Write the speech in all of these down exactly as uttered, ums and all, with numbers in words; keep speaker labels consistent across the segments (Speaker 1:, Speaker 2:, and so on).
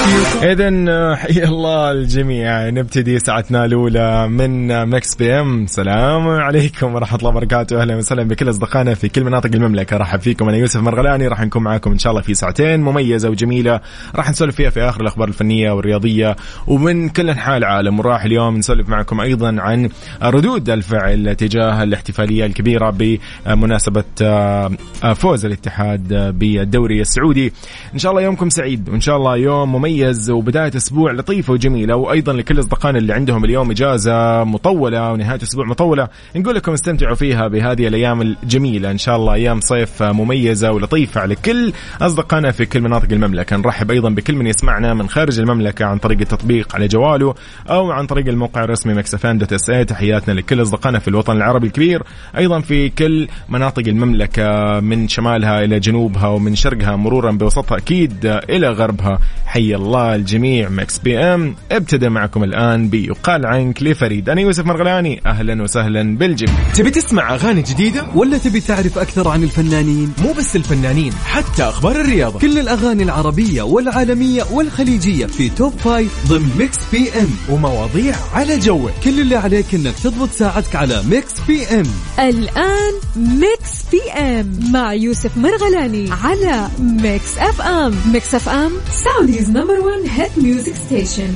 Speaker 1: إذن حيا الله الجميع. نبتدي ساعتنا الأولى من مكس بي ام. سلام عليكم ورحمة الله وبركاته. أهلا وسهلا بكل أصدقائنا في كل مناطق المملكة. رحب فيكم أنا يوسف مرغلاني. راح نكون معاكم إن شاء الله في ساعتين مميزة وجميلة راح نسولف فيها في آخر الأخبار الفنية والرياضية ومن كل أنحاء العالم. وراح اليوم نسولف معكم أيضا عن ردود الفعل تجاه الاحتفالية الكبيرة بمناسبة فوز الاتحاد بالدوري السعودي. إن شاء الله يومكم سعيد وإن شاء الله يوم مميز وبداية أسبوع لطيفة وجميلة. وأيضا لكل أصدقائنا اللي عندهم اليوم إجازة مطولة ونهاية أسبوع مطولة نقول لكم استمتعوا فيها بهذه الأيام الجميلة. إن شاء الله أيام صيف مميزة ولطيفة على كل أصدقائنا في كل مناطق المملكة. نرحب أيضا بكل من يسمعنا من خارج المملكة عن طريق التطبيق على جواله أو عن طريق الموقع الرسمي ميكس إف إم دوت إس إيه. تحياتنا لكل أصدقائنا في الوطن العربي الكبير أيضا في كل مناطق المملكة من شمالها إلى جنوبها ومن شرقها مرورا بوسطها أكيد إلى غربها. حي الله الجميع. مكس بي ام ابتدى معكم الآن بيقال عنك لفريد. أنا يوسف مرغلاني. أهلا وسهلا بالجميع.
Speaker 2: تبي تسمع أغاني جديدة ولا تبي تعرف أكثر عن الفنانين؟ مو بس الفنانين حتى أخبار الرياضة. كل الأغاني العربية والعالمية والخليجية في توب فايف ضمن ميكس بي ام ومواضيع على جوك. كل اللي عليك إنك تضبط ساعتك على ميكس بي ام.
Speaker 3: الآن ميكس بي ام مع يوسف مرغلاني على ميكس اف ام. ميكس اف ام Saudi's number one hit music station.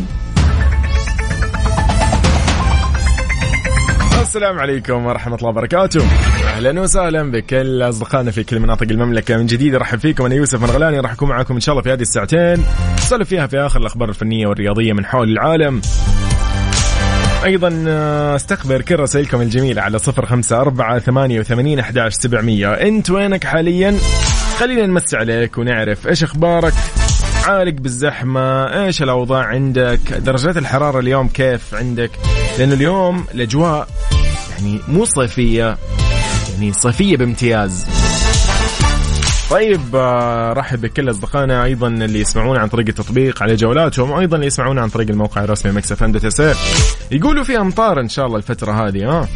Speaker 1: السلام عليكم ورحمة الله وبركاته. أهلا وسهلا بكل أصدقائنا في كل مناطق المملكة. من جديد رحب فيكم أنا يوسف مرغلاني. راح أكون معكم إن شاء الله في هذه الساعتين نسولف فيها في آخر الأخبار الفنية والرياضية من حول العالم. أيضا استقبل كل رسائلكم الجميلة على صفر خمسة أربعة ثمانية وثمانين أحد عشر سبعمية. أنت وينك حاليا؟ خلينا نمسي عليك ونعرف إيش أخبارك. عالق بالزحمة؟ إيش الأوضاع عندك؟ درجات الحرارة اليوم كيف عندك؟ لأنه اليوم الأجواء يعني مو صيفية، يعني صيفية بامتياز. طيب رحب بكل أصدقائنا أيضا اللي يسمعونا عن طريق التطبيق على جوالاتهم وأيضا اللي يسمعونا عن طريق الموقع الرسمي ميكس إف إم دوت إس إيه. يقولوا في أمطار إن شاء الله الفترة هذه. ها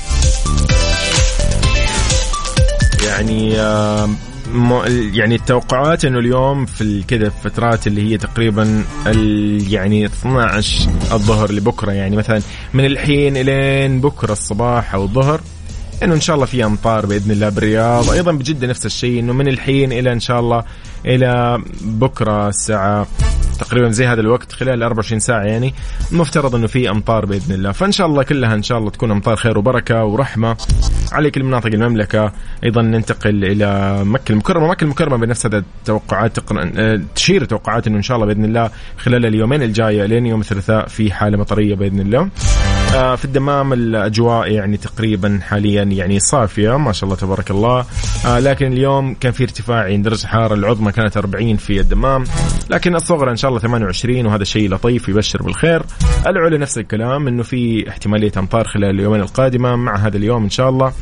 Speaker 1: يعني آه يعني التوقعات انه اليوم في كذا فترات اللي هي تقريبا يعني اثنتي عشرة الظهر لبكره، يعني مثلا من الحين الين بكره الصباح او الظهر انه ان شاء الله في امطار باذن الله بالرياض. ايضا بجدة نفس الشيء انه من الحين الى ان شاء الله الى بكره الساعه تقريبا زي هذا الوقت خلال أربعة وعشرين ساعة يعني مفترض انه في امطار باذن الله. فان شاء الله كلها ان شاء الله تكون امطار خير وبركه ورحمه على كل مناطق المملكه. ايضا ننتقل الى مكه المكرمه. مكه المكرمه بنفس هذا التوقعات تشير توقعات انه ان شاء الله باذن الله خلال اليومين الجايه لين يوم الثلاثاء في حاله مطريه باذن الله. في الدمام الأجواء يعني تقريبا حاليا يعني صافية ما شاء الله تبارك الله. لكن اليوم كان في ارتفاع عند درجة الحرارة العظمى كانت أربعين في الدمام، لكن الصغرى إن شاء الله ثمانية وعشرين وهذا شيء لطيف يبشر بالخير. العلا نفس الكلام إنه في احتمالية أمطار خلال اليومين القادمة مع هذا اليوم إن شاء الله.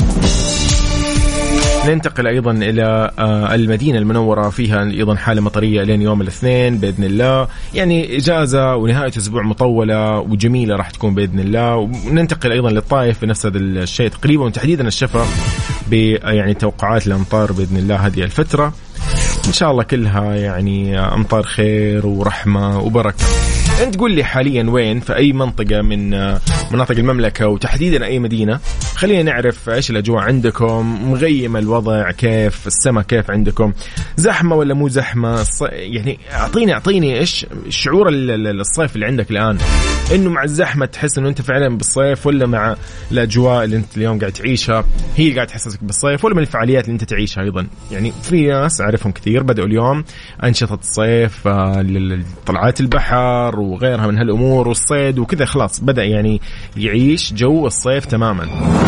Speaker 1: ننتقل أيضا إلى المدينة المنورة فيها أيضا حالة مطرية لين يوم الاثنين بإذن الله، يعني إجازة ونهاية أسبوع مطولة وجميلة راح تكون بإذن الله. وننتقل أيضا للطائف بنفس هذا الشيء تقريبا وتحديدا الشفا يعني توقعات الأمطار بإذن الله هذه الفترة إن شاء الله كلها يعني أمطار خير ورحمة وبركة. أنت قول لي حاليا وين في أي منطقة من مناطق المملكة وتحديدا أي مدينة، خلينا نعرف إيش الأجواء عندكم، مغيم الوضع كيف، السماء كيف عندكم، زحمة ولا مو زحمة، يعني أعطيني أعطيني إيش شعور الصيف اللي عندك الآن، إنه مع الزحمة تحس إنه أنت فعلا بالصيف ولا مع الأجواء اللي أنت اليوم قاعد تعيشها هي اللي قاعد تحسسك بالصيف، ولا من الفعاليات اللي أنت تعيشها أيضا. يعني في ناس أعرفهم كثير بدأوا اليوم أنشطة الصيف، طلعات البحر وغيرها من هالأمور والصيد وكذا، خلاص بدأ يعني يعيش جو الصيف تماما.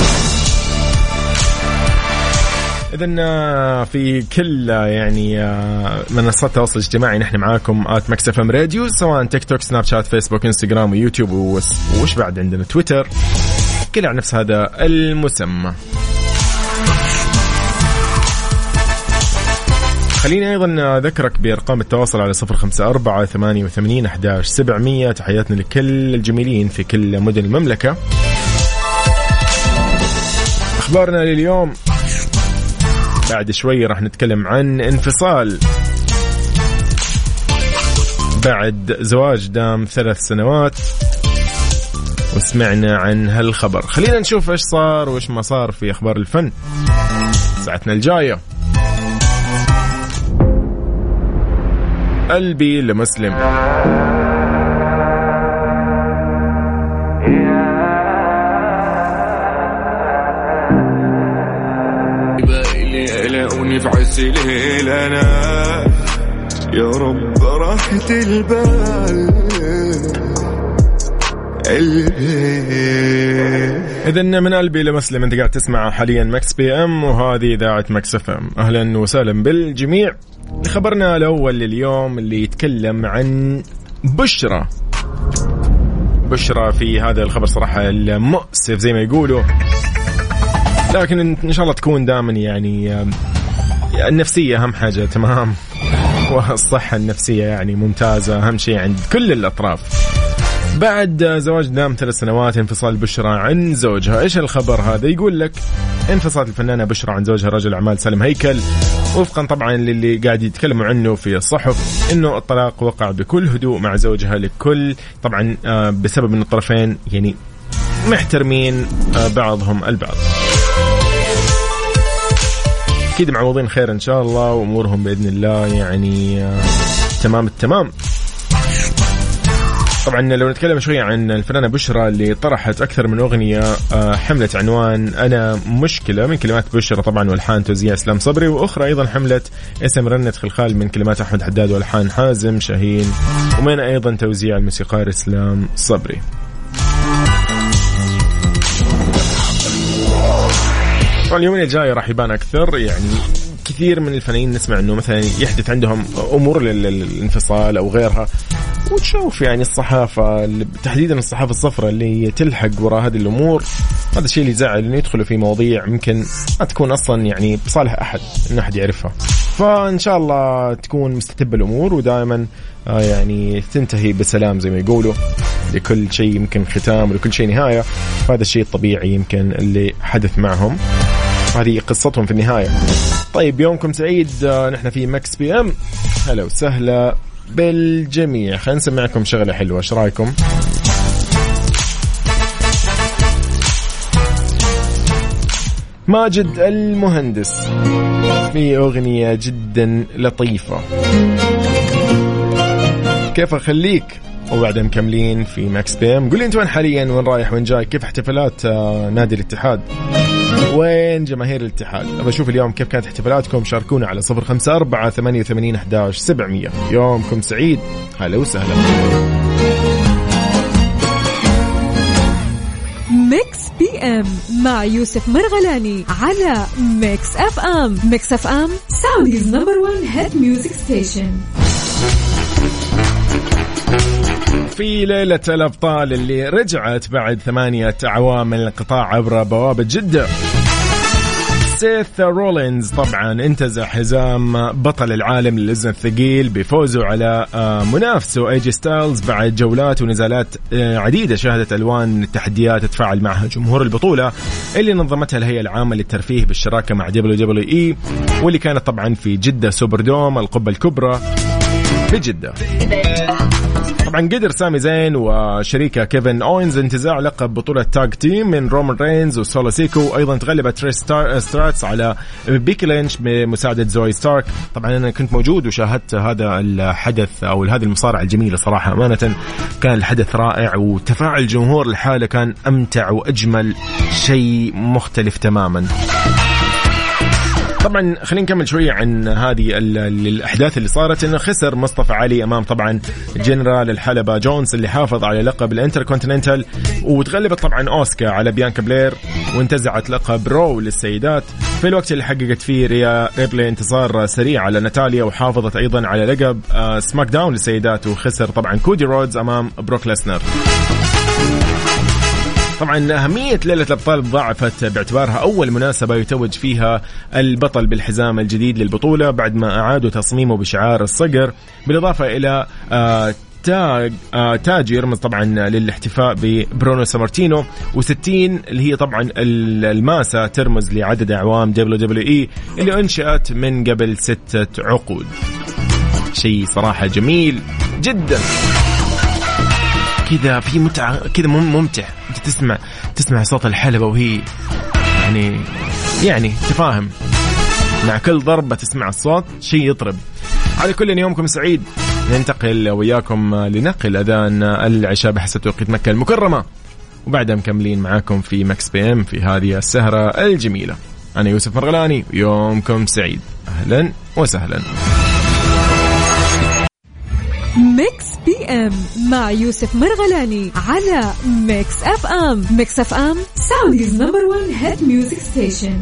Speaker 1: إذن في كل يعني منصات التواصل الاجتماعي نحن معاكم آت ميكس إف إم راديو، سواء تيك توك سناب شات فيسبوك انستغرام ويوتيوب وش بعد عندنا تويتر، كل على نفس هذا المسمى. خليني أيضا أذكرك بأرقام التواصل على صفر خمسة أربعة ثمانية وثمانين أحد عشر سبعمية. تحياتنا لكل الجميلين في كل مدن المملكة. أخبارنا لليوم بعد شوي راح نتكلم عن انفصال بعد زواج دام ثلاث سنوات وسمعنا عن هالخبر. خلينا نشوف ايش صار وايش ما صار في اخبار الفن ساعتنا الجاية. قلبي لمسلم.
Speaker 4: يا رب راحة البال
Speaker 1: إذن من قلبي لمسلم. أنت قاعد تسمع حاليا مكس بي أم وهذه إذاعة مكس اف ام. أهلا وسهلا بالجميع. خبرنا الأول لليوم اللي يتكلم عن بشرى. بشرى في هذا الخبر صراحة المؤسف زي ما يقولوا، لكن إن شاء الله تكون دائما يعني النفسية أهم حاجة، تمام، والصحة النفسية يعني ممتازة، أهم شيء عند كل الأطراف. بعد زواج دام ثلاث سنوات انفصال بشرى عن زوجها. إيش الخبر هذا؟ يقول لك انفصلت الفنانة بشرى عن زوجها رجل أعمال سالم هيكل، وفقا طبعا للي قاعد يتكلموا عنه في الصحف إنه الطلاق وقع بكل هدوء مع زوجها، لكل طبعا بسبب إن الطرفين يعني محترمين بعضهم البعض. أكيد معوضين خير إن شاء الله وأمورهم بإذن الله يعني تمام التمام. طبعا لو نتكلم شوية عن الفنانة بشرى اللي طرحت أكثر من أغنية حملت عنوان أنا مشكلة من كلمات بشرى طبعا والحان توزيع إسلام صبري، وأخرى أيضا حملت اسم رنة خلخال من كلمات أحمد حداد والحان حازم شاهين، ومن أيضا توزيع الموسيقار إسلام صبري. اليومين الجاية راح يبان أكثر، يعني كثير من الفنانين نسمع أنه مثلا يحدث عندهم أمور للانفصال أو غيرها، وتشوف يعني الصحافة تحديدا الصحافة الصفراء اللي تلحق وراء هذه الأمور. هذا الشيء اللي يزعل إنه يدخلوا في مواضيع ممكن ما تكون أصلا يعني بصالح أحد إنه أحد يعرفها. فإن شاء الله تكون مستتبة الأمور ودائما يعني تنتهي بسلام زي ما يقولوا. لكل شيء يمكن ختام ولكل شيء نهاية، فهذا الشيء الطبيعي يمكن اللي حدث معهم، هذه قصتهم في النهاية. طيب يومكم سعيد. نحن في مكس بي ام. هلا وسهلا بالجميع. خلينا نسمعكم شغلة حلوة، ايش رايكم؟ ماجد المهندس في أغنية جدا لطيفة، كيف أخليك، وبعدها مكملين في ماكس بي ام. قولي انت وين حاليا، وين رايح وين جاي، كيف احتفالات نادي الاتحاد، وين جماهير الاتحاد. أبى أشوف اليوم كيف كانت احتفالاتكم. شاركونا على صفر خمسة أربعة ثمانية وثمانين أحد عشر سبعمية. يومكم سعيد. هلا وسهلا.
Speaker 3: ميكس بي ام مع يوسف مرغلاني على ميكس اف ام. ميكس اف ام سعوديز نمبر ون هيد ميوزك ستيشن.
Speaker 1: في ليلة الأبطال اللي رجعت بعد ثمانية أعوام من الانقطاع عبر بوابة جدة، سيث رولينز طبعا انتزع حزام بطل العالم للوزن الثقيل بفوزه على منافسه ايجي ستايلز بعد جولات ونزالات عديدة شهدت ألوان التحديات تتفاعل معها جمهور البطولة اللي نظمتها الهيئة العامة للترفيه بالشراكة مع دبليو دبليو إي، واللي كانت طبعا في جدة سوبر دوم القبة الكبرى في جدة. طبعا قدر سامي زين وشريكه كيفن أوينز انتزاع لقب بطولة تاج تيم من رومان رينز وسولو سيكو. أيضا تغلبت تريس ستراتس على بيكي لينش بمساعدة زوي ستارك. طبعا أنا كنت موجود وشاهدت هذا الحدث أو هذه المصارعة الجميلة صراحة، أمانة كان الحدث رائع وتفاعل الجمهور لحاله كان أمتع وأجمل شيء مختلف تماما. طبعا خلينا نكمل شوية عن هذه الأحداث اللي صارت. إنه خسر مصطفى علي أمام طبعا جنرال الحلبة جونز اللي حافظ على لقب الانتركونتيننتال، وتغلبت طبعا أوسكا على بيانكا بلير وانتزعت لقب رو للسيدات في الوقت اللي حققت فيه ريا ريبلي انتصار سريع على ناتاليا، وحافظت أيضا على لقب سماك داون للسيدات. وخسر طبعا كودي رودز أمام بروك ليسنر. طبعا أهمية ليلة الأبطال ضاعفت باعتبارها أول مناسبة يتوج فيها البطل بالحزام الجديد للبطولة بعد ما أعادوا تصميمه بشعار الصقر، بالإضافة إلى آه تاج آه تاج يرمز طبعا للاحتفاء ببرونو سامارتينو، وستين اللي هي طبعا الماسة ترمز لعدد أعوام دبليو دبليو إي اللي أنشأت من قبل ستة عقود. شيء صراحة جميل جدا كذا، في متعة كذا ممتع. أنت تسمع تسمع صوت الحلبة وهي يعني يعني تفاهم، مع كل ضربة تسمع الصوت شيء يطرب. على كل يومكم سعيد. ننتقل وياكم لنقل أذان العشاء بحسب توقيت مكة المكرمة، وبعدها مكملين معاكم في مكس بي ام في هذه السهرة الجميلة. أنا يوسف مرغلاني، يومكم سعيد، أهلا وسهلا.
Speaker 3: ميكس بي ام مع يوسف مرغلاني على ميكس اف ام. ميكس اف ام سعوديز نمبر ون هيت ميوزك ستيشن.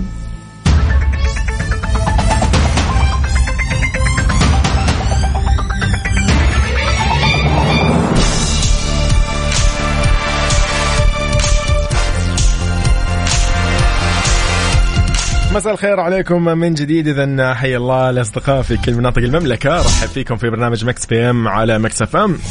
Speaker 1: مساء الخير عليكم من جديد. إذن حي الله الأصدقاء في كل مناطق المملكة، رحب فيكم في برنامج مكس بي ام على مكس اف ام.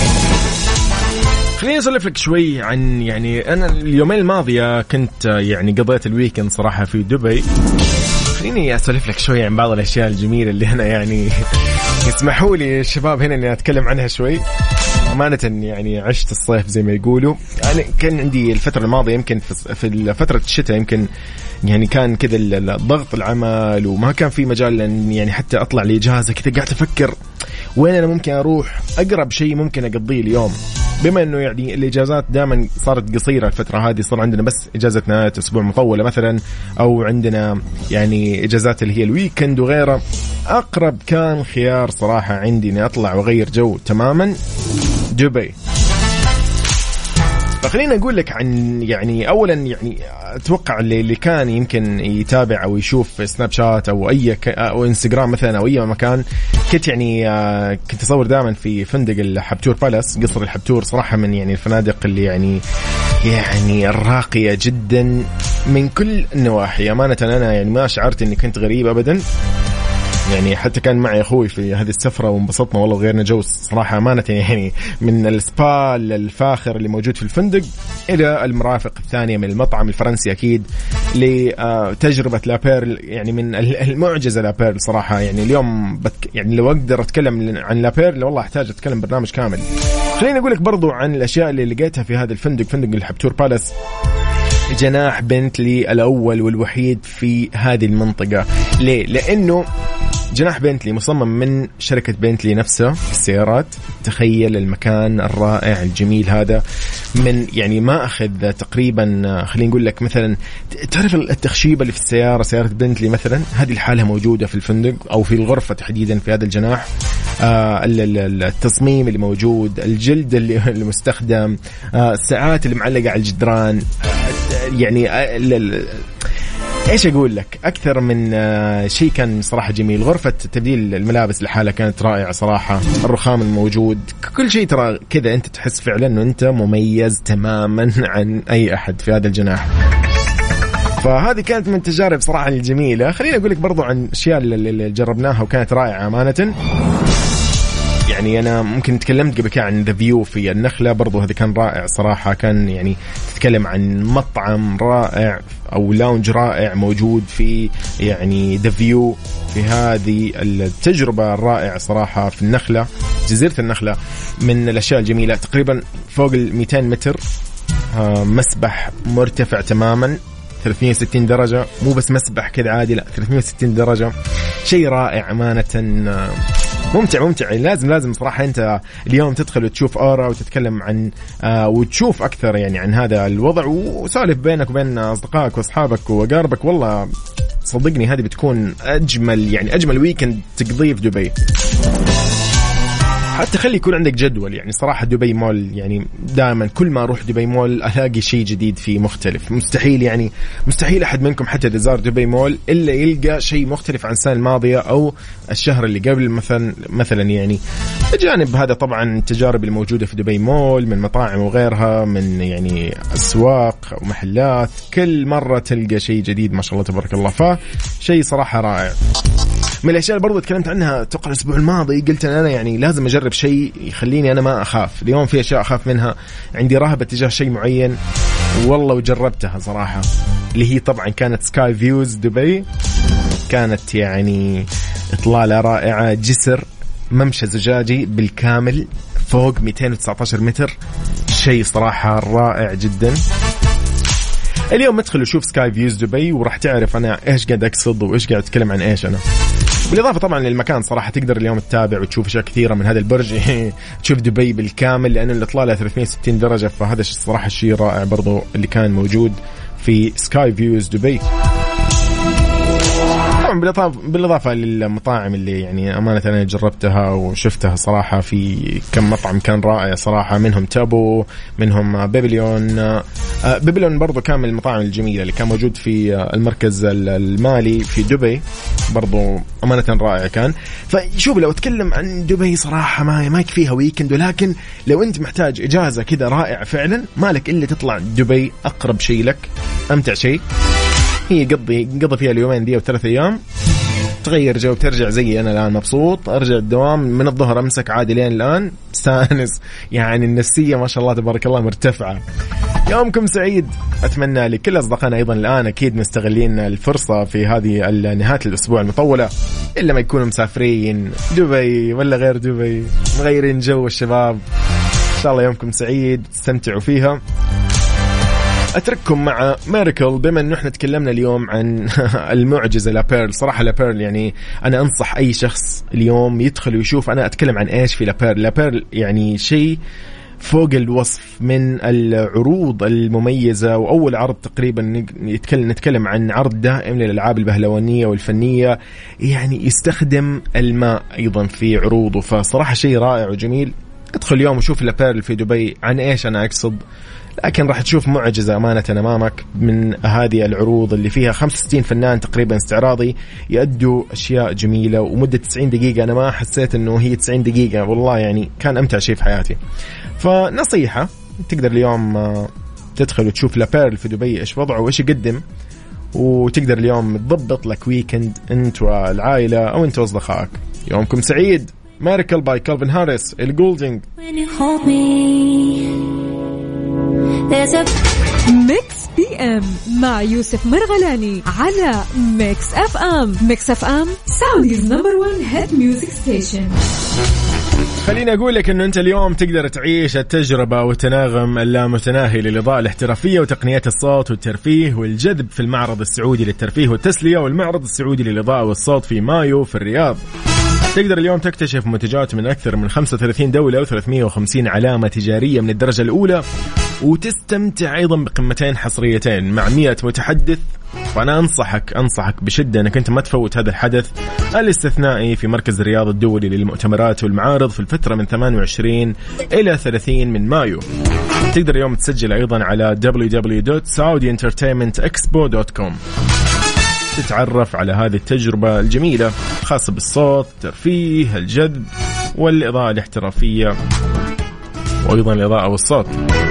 Speaker 1: خليني أسولف لك شوي عن يعني أنا اليومين الماضية كنت يعني قضيت الويكند صراحة في دبي. خليني أسولف لك شوي عن بعض الأشياء الجميلة اللي أنا يعني يسمحوا لي الشباب هنا إني أتكلم عنها شوي. أمانة يعني عشت الصيف زي ما يقولوا. أنا كان عندي الفترة الماضية يمكن في فترة الشتاء يمكن يعني كان كذا الضغط العمل وما كان في مجال أن يعني حتى أطلع لي إجازة كذا. قاعد أفكر وين أنا ممكن أروح، أقرب شيء ممكن أقضيه اليوم، بما أنه يعني الإجازات دائما صارت قصيرة الفترة هذه. صار عندنا بس إجازة نهاية أسبوع مطولة مثلا، أو عندنا يعني إجازات اللي هي الويكند وغيره. أقرب كان خيار صراحة عندي أني أطلع وغير جو تماما دبي. فخلينا أقول لك عن يعني أولا يعني أتوقع اللي, اللي كان يمكن يتابع أو يشوف سناب شات أو أي أو إنستغرام مثلا أو أي مكان، كنت يعني كنت أصور دائما في فندق الحبتور بالاس، قصر الحبتور. صراحة من يعني الفنادق اللي يعني يعني الراقية جدا من كل النواحي. أمانة أنا يعني ما شعرت إني كنت غريب أبدا، يعني حتى كان معي أخوي في هذه السفرة وانبسطنا والله وغيرنا جو صراحة. أمانة يعني من السبا الفاخر اللي موجود في الفندق إلى المرافق الثانية من المطعم الفرنسي أكيد لتجربة لابيرل، يعني من المعجزة لابيرل صراحة. يعني اليوم بتك يعني لو أقدر أتكلم عن لابيرل والله أحتاج أتكلم برنامج كامل. خليني أقول لك برضو عن الأشياء اللي لقيتها في هذا الفندق، فندق الحبتور بالاس. جناح بنتلي الأول والوحيد في هذه المنطقة. ليه؟ لأنه جناح بنتلي مصمم من شركة بنتلي نفسها في السيارات. تخيل المكان الرائع الجميل هذا، من يعني ما أخذ تقريبا خلينا نقول لك مثلا تعرف التخشيبة اللي في السيارة، سيارة بنتلي مثلا، هذه الحالة موجودة في الفندق أو في الغرفة تحديدا في هذا الجناح. آه التصميم اللي موجود، الجلد اللي المستخدم، آه الساعات اللي معلقة على الجدران، يعني ايش اقول لك اكثر من شيء كان صراحه جميل. غرفه تبديل الملابس لحالها كانت رائعه صراحه، الرخام الموجود، كل شيء ترى كذا انت تحس فعلا انه انت مميز تماما عن اي احد في هذا الجناح. فهذه كانت من التجارب صراحه الجميله. خليني اقول لك برضو عن اشياء اللي جربناها وكانت رائعه امانه. يعني أنا ممكن تكلمت قبل كده عن ذا فيو في النخلة، برضو هذا كان رائع صراحة. كان يعني تتكلم عن مطعم رائع أو لاونج رائع موجود في يعني ذا فيو في هذه التجربة الرائعة صراحة في النخلة، جزيرة النخلة. من الأشياء الجميلة تقريبا فوق المئتين متر، مسبح مرتفع تماما ثلاثمية وستين درجة، مو بس مسبح كذا عادي، لا ثلاثمية وستين درجة. شيء رائع أمانة، ممتع ممتع. لازم لازم صراحة أنت اليوم تدخل وتشوف آرا وتتكلم عن آه وتشوف أكثر يعني عن هذا الوضع، وسالف بينك وبين أصدقائك وأصحابك وأقاربك. والله صدقني هذه بتكون أجمل يعني أجمل ويكند تقضيه في دبي. حتى خلي يكون عندك جدول. يعني صراحة دبي مول يعني دائما كل ما أروح دبي مول ألاقي شيء جديد فيه مختلف. مستحيل يعني مستحيل أحد منكم حتى إذا زار دبي مول إلا يلقى شيء مختلف عن السنة الماضية أو الشهر اللي قبل مثلا مثلا يعني. بجانب هذا طبعا التجارب الموجودة في دبي مول من مطاعم وغيرها، من يعني أسواق ومحلات، كل مرة تلقى شيء جديد ما شاء الله تبارك الله. فشيء صراحة رائع. من الأشياء اللي برضو تكلمت عنها أتوقع الأسبوع الماضي، قلت أن أنا يعني لازم أجرب شيء يخليني أنا ما أخاف. اليوم في أشياء أخاف منها، عندي رهبة تجاه شيء معين والله وجربتها صراحة، اللي هي طبعا كانت سكاي فيوز دبي. كانت يعني إطلالة رائعة، جسر ممشى زجاجي بالكامل فوق مئتين وتسعة عشر متر، شيء صراحة رائع جدا. اليوم ادخل وشوف سكاي فيوز دبي وراح تعرف أنا إيش قاعد أقصد وإيش قاعد أتكلم عن إيش أنا. بالإضافة طبعا للمكان صراحة تقدر اليوم تتابع وتشوف أشياء كثيرة من هذا البرج تشوف دبي بالكامل لأن الإطلالة ثلاثمئة وستين درجة، فهذا صراحة شيء رائع برضو اللي كان موجود في سكاي فيوز دبي. بالإضافة, بالإضافة للمطاعم اللي يعني أمانة أنا جربتها وشفتها صراحة، في كم مطعم كان رائع صراحة، منهم تابو، منهم بابليون. بابليون برضو كان من المطاعم الجميلة اللي كان موجود في المركز المالي في دبي، برضو أمانة رائع كان. فشوف لو أتكلم عن دبي صراحة ما ما يكفيها ويكند، ولكن لو أنت محتاج إجازة كذا رائع فعلا مالك إلا تطلع دبي، أقرب شيء لك، أمتع شيء، هي قضي قضي فيها اليومين دي وثلاث أيام، تغير جو، ترجع زي أنا الآن مبسوط، أرجع الدوام من الظهر أمسك عادي لين الآن استانس، يعني النفسية ما شاء الله تبارك الله مرتفعة. يومكم سعيد، أتمنى لكل أصدقائنا أيضا الآن أكيد مستغلين الفرصة في هذه نهاية الأسبوع المطولة، إلا ما يكونوا مسافرين دبي ولا غير دبي، مغيرين جو الشباب، إن شاء الله يومكم سعيد تستمتعوا فيها. أترككم مع ميراكل، بما أنه إحنا تكلمنا اليوم عن المعجزة لابيرل. صراحة لابيرل يعني أنا أنصح أي شخص اليوم يدخل ويشوف أنا أتكلم عن إيش في لابيرل. لابيرل يعني شيء فوق الوصف من العروض المميزة، وأول عرض تقريبا نتكلم, نتكلم عن عرض دائم للألعاب البهلوانية والفنية، يعني يستخدم الماء أيضا في عروضه، فصراحة شيء رائع وجميل. ادخل اليوم وشوف لابيرل في دبي عن إيش أنا أقصد، لكن راح تشوف معجزة أمانة أمامك من هذه العروض اللي فيها خمسة وستين فنان تقريبا استعراضي يأدوا أشياء جميلة، ومدة تسعين دقيقة. أنا ما حسيت أنه هي تسعين دقيقة، والله يعني كان أمتع شيء في حياتي. فنصيحة، تقدر اليوم تدخل وتشوف لابيرل في دبي إيش وضعه وإيش يقدم، وتقدر اليوم تضبط لك ويكند أنت والعائلة أو أنت وأصدقائك. يومكم سعيد. ميراكل باي كالفين هاريس، الجولدينج.
Speaker 3: ميكس بي ام مع يوسف مرغلاني على ميكس اف ام. ميكس اف ام سعوديز نمبر ون هيت ميوزك ستيشن.
Speaker 1: خليني أقول لك أنه أنت اليوم تقدر تعيش التجربة والتناغم اللامتناهي للإضاءة الاحترافية وتقنيات الصوت والترفيه والجذب في المعرض السعودي للترفيه والتسلية والمعرض السعودي للإضاءة والصوت في مايو في الرياض. تقدر اليوم تكتشف منتجات من أكثر من خمسة وثلاثين دولة وثلاثمئة وخمسين علامة تجارية من الدرجة الأولى، وتستمتع أيضا بقمتين حصريتين مع مئة متحدث. فأنا أنصحك أنصحك بشدة أنك أنت ما تفوت هذا الحدث الاستثنائي في مركز الرياض الدولي للمؤتمرات والمعارض في الفترة من ثمانية وعشرين إلى ثلاثين من مايو. تقدر اليوم تسجل أيضا على دبليو دبليو دبليو دوت سعودي انترتينمنت اكسبو دوت كوم، تتعرف على هذه التجربة الجميلة خاصة بالصوت، الترفيه، الجذب والإضاءة الاحترافية وأيضا الإضاءة والصوت.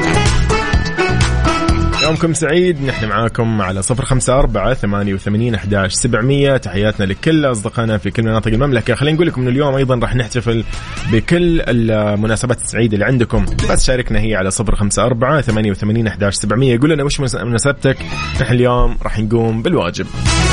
Speaker 1: يومكم سعيد، نحن معاكم على صفر خمسة أربعة ثمانية وثمانين أحد عشر سبعمية. تحياتنا لكل أصدقائنا في كل مناطق المملكة. خلينا نقول لكم أن اليوم أيضا راح نحتفل بكل المناسبات السعيدة اللي عندكم، بس شاركنا هي على صفر خمسة أربعة ثمانية وثمانين أحد عشر سبعمية. قول لنا وش مناسبتك، نحن اليوم راح نقوم بالواجب.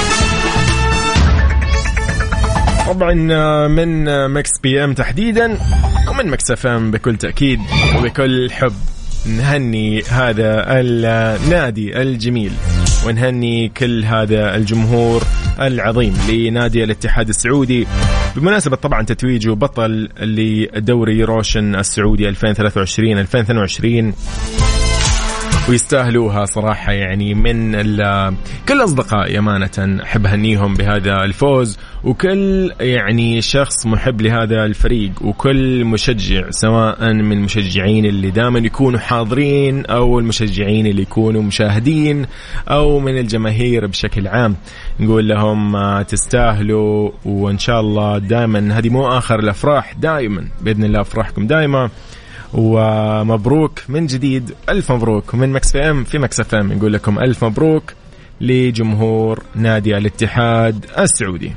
Speaker 1: طبعا من مكس بي ام تحديدا ومن مكس اف ام بكل تأكيد وبكل حب نهني هذا النادي الجميل ونهني كل هذا الجمهور العظيم لنادي الاتحاد السعودي بمناسبة طبعا تتويجه بطل لدوري روشن السعودي ألفين وثلاثة وعشرين ألفين واثنين وعشرين، ويستاهلوها صراحة. يعني من كل أصدقائي أمانة أحب أهنيهم بهذا الفوز، وكل يعني شخص محب لهذا الفريق، وكل مشجع سواء من المشجعين اللي دائما يكونوا حاضرين أو المشجعين اللي يكونوا مشاهدين أو من الجماهير بشكل عام، نقول لهم تستاهلوا. وإن شاء الله دائما هذه مو آخر الأفراح، دائما بإذن الله أفراحكم دائما، ومبروك من جديد، ألف مبروك من مكس في ام في مكس اف ام. نقول لكم ألف مبروك لجمهور نادي الاتحاد السعودي.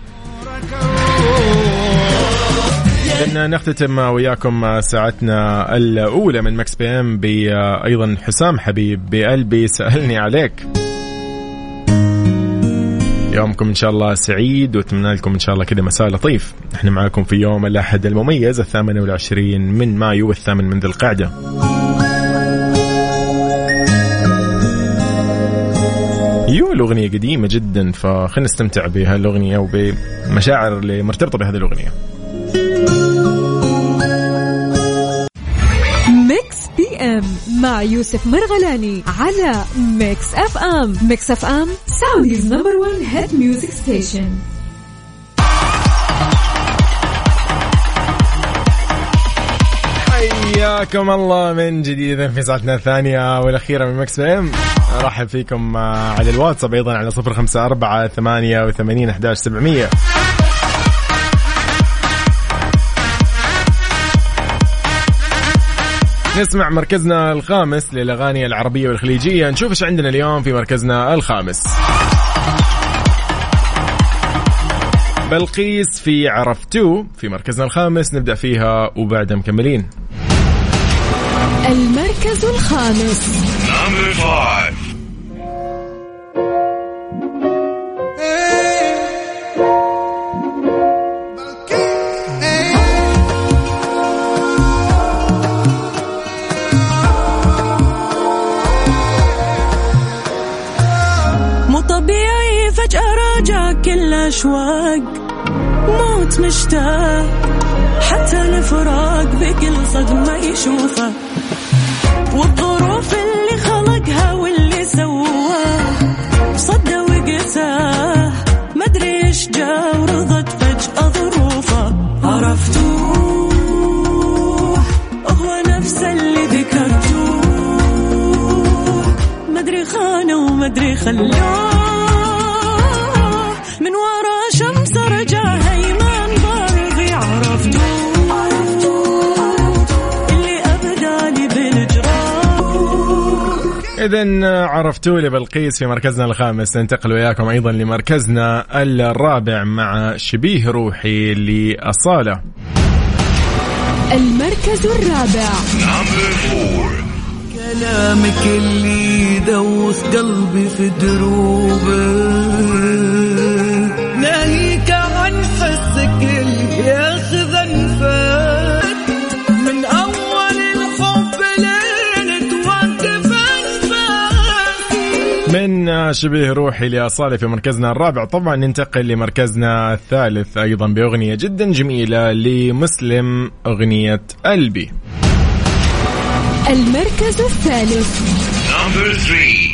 Speaker 1: إذن نختتم وياكم ساعتنا الأولى من مكس بي ام بأيضا حسام حبيب بقلبي سألني عليك. يومكم إن شاء الله سعيد وأتمنى لكم إن شاء الله كده مساء لطيف. إحنا معاكم في يوم الأحد المميز الثامن والعشرين من مايو والثامن من ذي القعدة. يو الأغنية قديمة جدا، فخلنا نستمتع بها الأغنية وبمشاعر اللي مرتبطة بهذه الأغنية.
Speaker 3: ميكس بي ام مع يوسف مرغلاني على ميكس اف ام. ميكس اف ام سعوديز نمبر ون هيت ميوزك ستيشن.
Speaker 1: حياكم الله من جديد في ساعتنا الثانية والأخيرة من ميكس بي ام. أرحب فيكم على الواتساب أيضا على صفر خمسة أربعة ثمانية وثمانين أحد عشر سبعمية. نسمع مركزنا الخامس للأغاني العربية والخليجية. نشوف إيش عندنا اليوم في مركزنا الخامس. بلقيس في عرفتو في مركزنا الخامس، نبدأ فيها وبعدها مكملين.
Speaker 3: المركز الخامس.
Speaker 5: كل أشواق موت مشتاق، حتى الفراق بكل صدمة يشوفه، والظروف اللي خلقها واللي سواه صدى وقتاه، مدري إيش جا ورضت فجأة ظروفه. عرفتوه هو نفس اللي ذكرتوه، مدري خانه ومدري خلوه، من ورا شمس رجع هيمان ضارغي. عرفتوه اللي أبدالي بالجراح.
Speaker 1: إذن عرفتوا لي بلقيس في مركزنا الخامس. ننتقل وياكم أيضا لمركزنا الرابع مع شبيه روحي لأصالة.
Speaker 3: المركز الرابع.
Speaker 5: كلامك اللي دوث قلبي في دروبه، ناهيك عن حسك اللي ياخذ انفاس، من اول الحب لين توقف انفاس.
Speaker 1: من شبيه روحي لأصالة في مركزنا الرابع. طبعا ننتقل لمركزنا الثالث أيضا بأغنية جدا جميلة لمسلم، أغنية قلبي.
Speaker 3: المركز الثالث.
Speaker 6: Number three.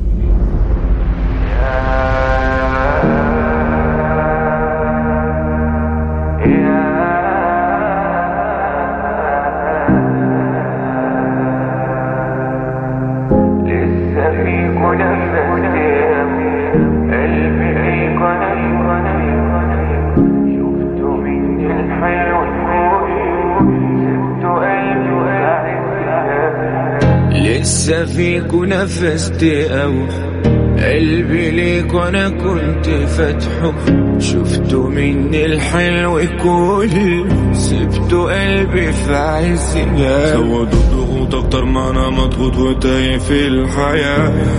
Speaker 7: لسه فيك ونفستي أو قلبي ليك وانا كنت فتحه، شفته مني الحلو كل سبته قلبي في عزنا،
Speaker 4: سوى ضغوط اكتر ما انا مضغوط وتايه في الحياة.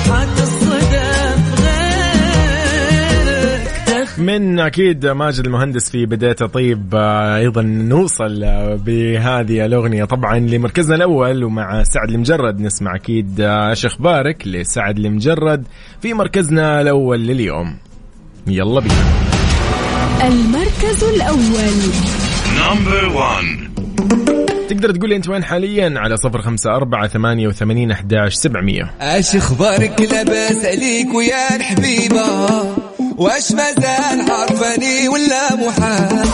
Speaker 1: من أكيد ماجد المهندس في بداية طيب أيضا نوصل بهذه الأغنية طبعا لمركزنا الأول، ومع سعد المجرد نسمع أكيد ايش اخبارك لسعد المجرد في مركزنا الأول لليوم. يلا بينا.
Speaker 3: المركز الأول.
Speaker 6: Number one.
Speaker 1: تقدر تقول لي أنت وين حاليا على صفر خمسة أربعة ثمانية وثمانين أحد عشر سبعمية.
Speaker 8: ايش اخبارك لاباس عليك ويا الحبيبة، واش مازال عارفاني ولا محال؟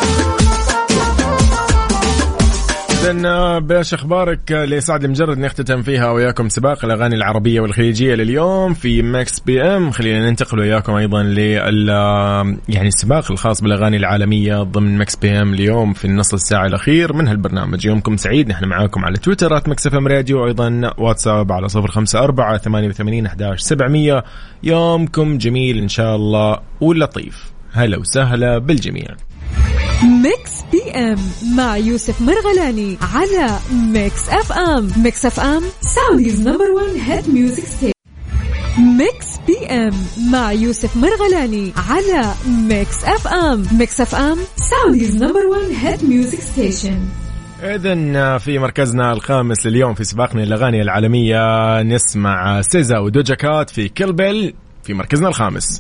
Speaker 1: إذن باش أخبارك لسعد المجرد نختتم فيها وياكم سباق الأغاني العربية والخليجية لليوم في ماكس بي ام. خلينا ننتقل وياكم أيضا لل يعني السباق الخاص بالأغاني العالمية ضمن ماكس بي ام اليوم في النص الساعة الأخير من هالبرنامج. يومكم سعيد، نحن معاكم على تويتر آت ماكس اف ام راديو، وأيضا واتساب على صفر خمسة أربعة ثمانية وثمانين أحد عشر سبعمية. يومكم جميل إن شاء الله ولطيف. هلا وسهلا بالجميع.
Speaker 3: ميكس بي ام مع يوسف مرغلاني على ميكس اف ام. ميكس اف ام سعوديز نمبر ون هيت ميوزك ستيشن. ميكس بي ام مع يوسف مرغلاني على ميكس اف ام. ميكس اف ام سعوديز نمبر ون هيت ميوزك ستيشن.
Speaker 1: إذن في مركزنا الخامس لليوم في سباقنا الأغاني العالمية نسمع سيزا ودوجا كات في كيل بيل في مركزنا الخامس.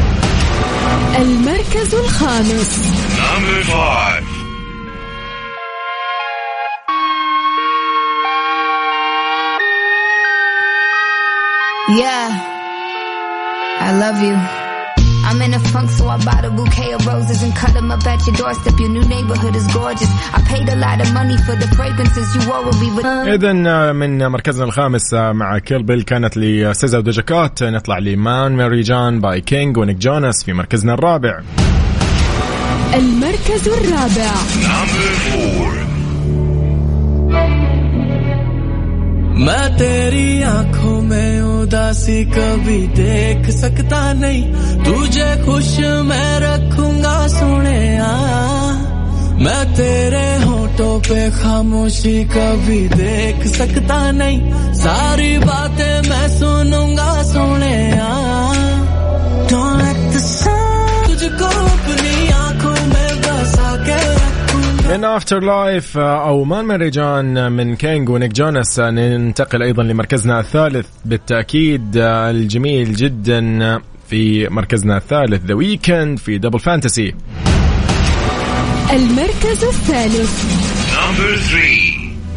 Speaker 3: المركز الخامس.
Speaker 6: Number five.
Speaker 9: Yeah, I love you. I'm in a funk, so I bought a bouquet of roses and cut them up at your doorstep. Your new neighborhood is gorgeous. I paid a lot of money for the fragrances you wore will be with.
Speaker 1: إذن من مركزنا الخامس مع كيل بيل كانت لي سيزا ودوجا كات. نطلع لمان ماري جان باي كينج ونيك جوناس في مركزنا الرابع.
Speaker 3: المركز الرابع.
Speaker 6: Number four.
Speaker 10: मैं तेरी आँखों में उदासी कभी देख सकता नहीं, तुझे खुश मैं रखूंगा सोने आ। मैं तेरे होठों पे खामोशी कभी देख सकता नहीं, सारी बातें मैं सुनूंगा सोने आ। Don't let the sun तुझको अपनी आँखों में बसा के
Speaker 1: In Afterlife أو مان ماري جان من كينج ونيك جوناس. ننتقل أيضا لمركزنا الثالث بالتأكيد الجميل جدا في مركزنا الثالث The Weeknd في دبل فانتسي.
Speaker 3: المركز الثالث.
Speaker 6: Number three.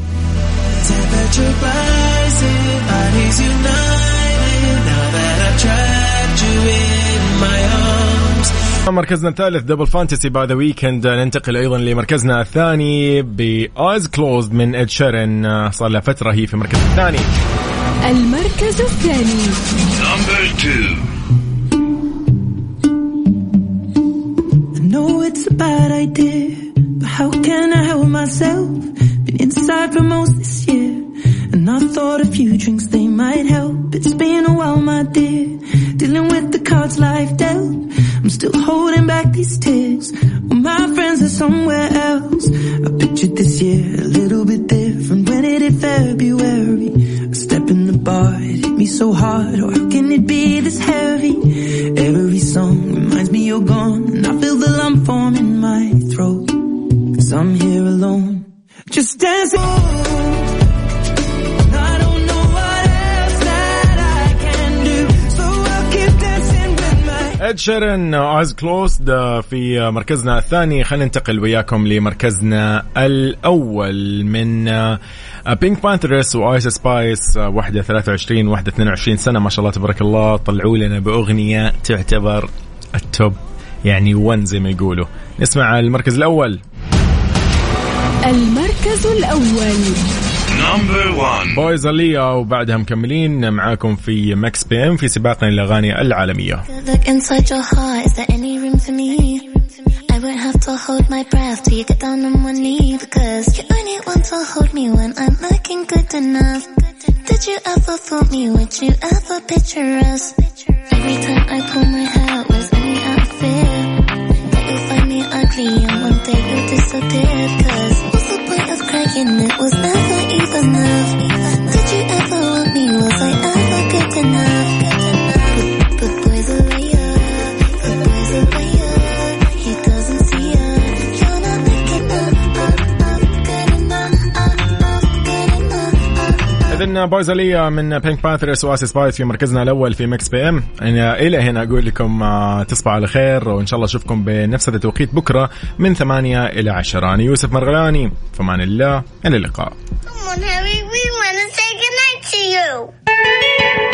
Speaker 1: مركزنا الثالث دبل فانتسي باي ذا ويكند. ننتقل أيضا لمركزنا الثاني بآيز كلوزد من إد شيرين. صار لها فترة هي في المركز الثاني.
Speaker 3: المركز الثاني.
Speaker 6: Number two.
Speaker 5: I know it's a bad idea, but how can I help myself? Been inside for most this year, and I thought a few drinks they might help. It's been a while, my dear, dealing with the cards life dealt. I'm still holding back these tears. Well, my friends are somewhere else. I pictured this year a little bit different. When it hit February, a step in the bar, it hit me so hard. Oh, how can it be this heavy? Every song reminds me you're gone, and I feel the lump form in my throat. 'Cause I'm here alone, just dancing.
Speaker 1: إد شيرين آيز كلوزد في مركزنا الثاني. خلينا ننتقل وياكم لمركزنا الأول من بينك بانثرس وآيس سبايس. واحدة ثلاثة وعشرين واحدة اثنين وعشرين سنة ما شاء الله تبارك الله. طلعوا لنا بأغنية تعتبر التوب يعني ون زي ما يقولوا. نسمع المركز الأول.
Speaker 3: المركز الأول.
Speaker 6: Number one.
Speaker 1: بويز أليا وبعدها مكملين معاكم في مكس بي ام في سباقنا الأغاني العالمية.
Speaker 11: I won't have to hold my breath till you get down on one knee, because you only want to hold me when I'm looking good enough. Did you ever fool me? Would you ever picture us? Every time I pull my hair out was only out of fear that you'll find me ugly and one day you'll disappear. Cause what's the point of crying? It was never even enough. Did you ever want me? Was I ever good enough? But, but boys are liar, but boys are liar.
Speaker 1: إذن بويز أليا من بينك بانثرس وآيس سبايس في مركزنا الأول في مكس بي ام. أنا إلى هنا أقول لكم تصبحوا على خير، وإن شاء الله أشوفكم بنفس التوقيت بكرة من ثمانية إلى عشرة. أنا يوسف مرغلاني، فمان الله، إلى اللقاء.